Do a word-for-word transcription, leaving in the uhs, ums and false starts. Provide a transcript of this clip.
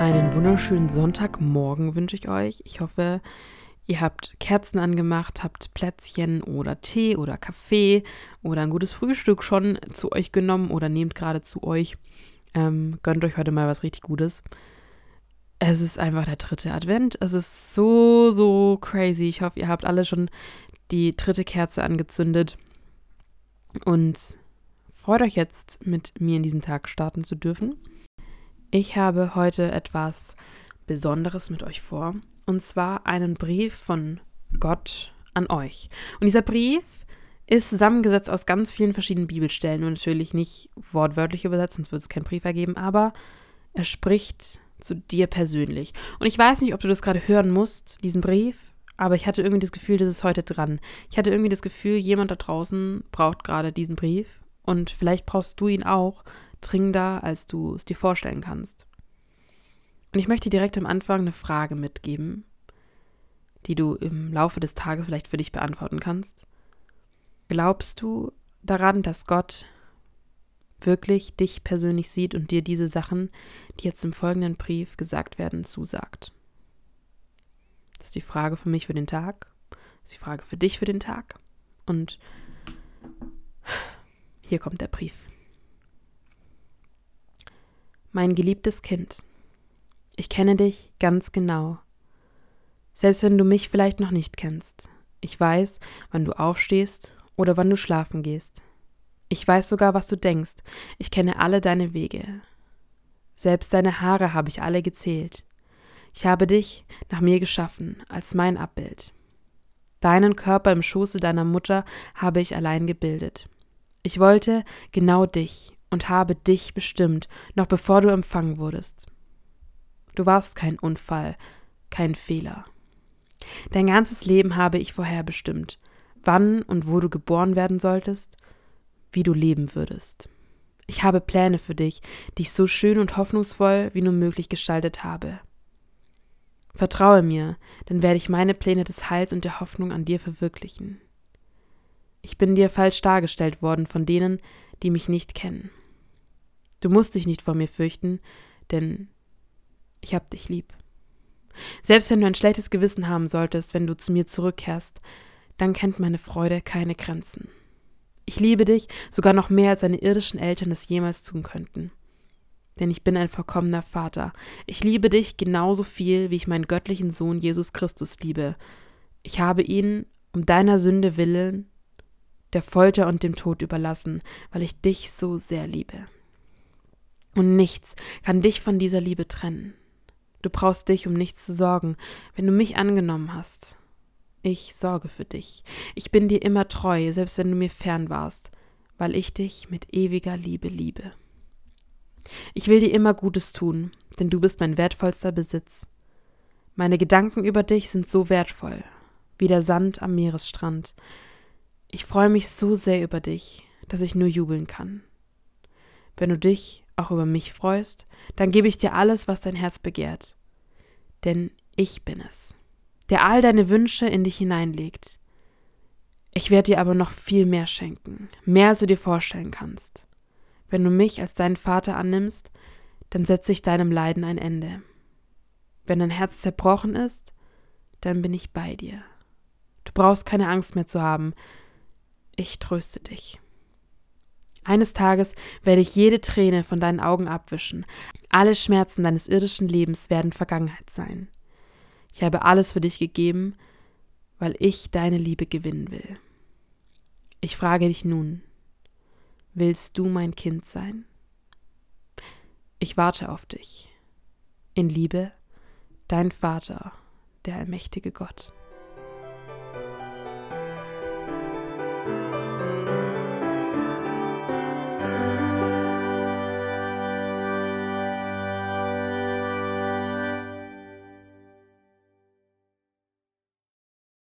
Einen wunderschönen Sonntagmorgen wünsche ich euch. Ich hoffe, ihr habt Kerzen angemacht, habt Plätzchen oder Tee oder Kaffee oder ein gutes Frühstück schon zu euch genommen oder nehmt gerade zu euch. Ähm, gönnt euch heute mal was richtig Gutes. Es ist einfach der dritte Advent. Es ist so, so crazy. Ich hoffe, ihr habt alle schon die dritte Kerze angezündet und freut euch jetzt, mit mir in diesen Tag starten zu dürfen. Ich habe heute etwas Besonderes mit euch vor, und zwar einen Brief von Gott an euch. Und dieser Brief ist zusammengesetzt aus ganz vielen verschiedenen Bibelstellen und natürlich nicht wortwörtlich übersetzt, sonst würde es keinen Brief ergeben, aber er spricht zu dir persönlich. Und ich weiß nicht, ob du das gerade hören musst, diesen Brief, aber ich hatte irgendwie das Gefühl, das ist heute dran. Ich hatte irgendwie das Gefühl, jemand da draußen braucht gerade diesen Brief und vielleicht brauchst du ihn auch dringender, als du es dir vorstellen kannst. Und ich möchte direkt am Anfang eine Frage mitgeben, die du im Laufe des Tages vielleicht für dich beantworten kannst. Glaubst du daran, dass Gott wirklich dich persönlich sieht und dir diese Sachen, die jetzt im folgenden Brief gesagt werden, zusagt? Das ist die Frage für mich für den Tag. Das ist die Frage für dich für den Tag. Und hier kommt der Brief. Mein geliebtes Kind, ich kenne dich ganz genau. Selbst wenn du mich vielleicht noch nicht kennst. Ich weiß, wann du aufstehst oder wann du schlafen gehst. Ich weiß sogar, was du denkst. Ich kenne alle deine Wege. Selbst deine Haare habe ich alle gezählt. Ich habe dich nach mir geschaffen, als mein Abbild. Deinen Körper im Schoße deiner Mutter habe ich allein gebildet. Ich wollte genau dich und habe dich bestimmt, noch bevor du empfangen wurdest. Du warst kein Unfall, kein Fehler. Dein ganzes Leben habe ich vorherbestimmt, wann und wo du geboren werden solltest, wie du leben würdest. Ich habe Pläne für dich, die ich so schön und hoffnungsvoll wie nur möglich gestaltet habe. Vertraue mir, dann werde ich meine Pläne des Heils und der Hoffnung an dir verwirklichen. Ich bin dir falsch dargestellt worden von denen, die mich nicht kennen. Du musst dich nicht vor mir fürchten, denn ich hab dich lieb. Selbst wenn du ein schlechtes Gewissen haben solltest, wenn du zu mir zurückkehrst, dann kennt meine Freude keine Grenzen. Ich liebe dich sogar noch mehr, als deine irdischen Eltern es jemals tun könnten. Denn ich bin ein vollkommener Vater. Ich liebe dich genauso viel, wie ich meinen göttlichen Sohn Jesus Christus liebe. Ich habe ihn um deiner Sünde willen der Folter und dem Tod überlassen, weil ich dich so sehr liebe. Und nichts kann dich von dieser Liebe trennen. Du brauchst dich um nichts zu sorgen, wenn du mich angenommen hast. Ich sorge für dich. Ich bin dir immer treu, selbst wenn du mir fern warst, weil ich dich mit ewiger Liebe liebe. Ich will dir immer Gutes tun, denn du bist mein wertvollster Besitz. Meine Gedanken über dich sind so wertvoll, wie der Sand am Meeresstrand. Ich freue mich so sehr über dich, dass ich nur jubeln kann. Wenn du dich auch über mich freust, dann gebe ich dir alles, was dein Herz begehrt. Denn ich bin es, der all deine Wünsche in dich hineinlegt. Ich werde dir aber noch viel mehr schenken, mehr als du dir vorstellen kannst. Wenn du mich als deinen Vater annimmst, dann setze ich deinem Leiden ein Ende. Wenn dein Herz zerbrochen ist, dann bin ich bei dir. Du brauchst keine Angst mehr zu haben. Ich tröste dich. Eines Tages werde ich jede Träne von deinen Augen abwischen. Alle Schmerzen deines irdischen Lebens werden Vergangenheit sein. Ich habe alles für dich gegeben, weil ich deine Liebe gewinnen will. Ich frage dich nun, willst du mein Kind sein? Ich warte auf dich. In Liebe, dein Vater, der allmächtige Gott.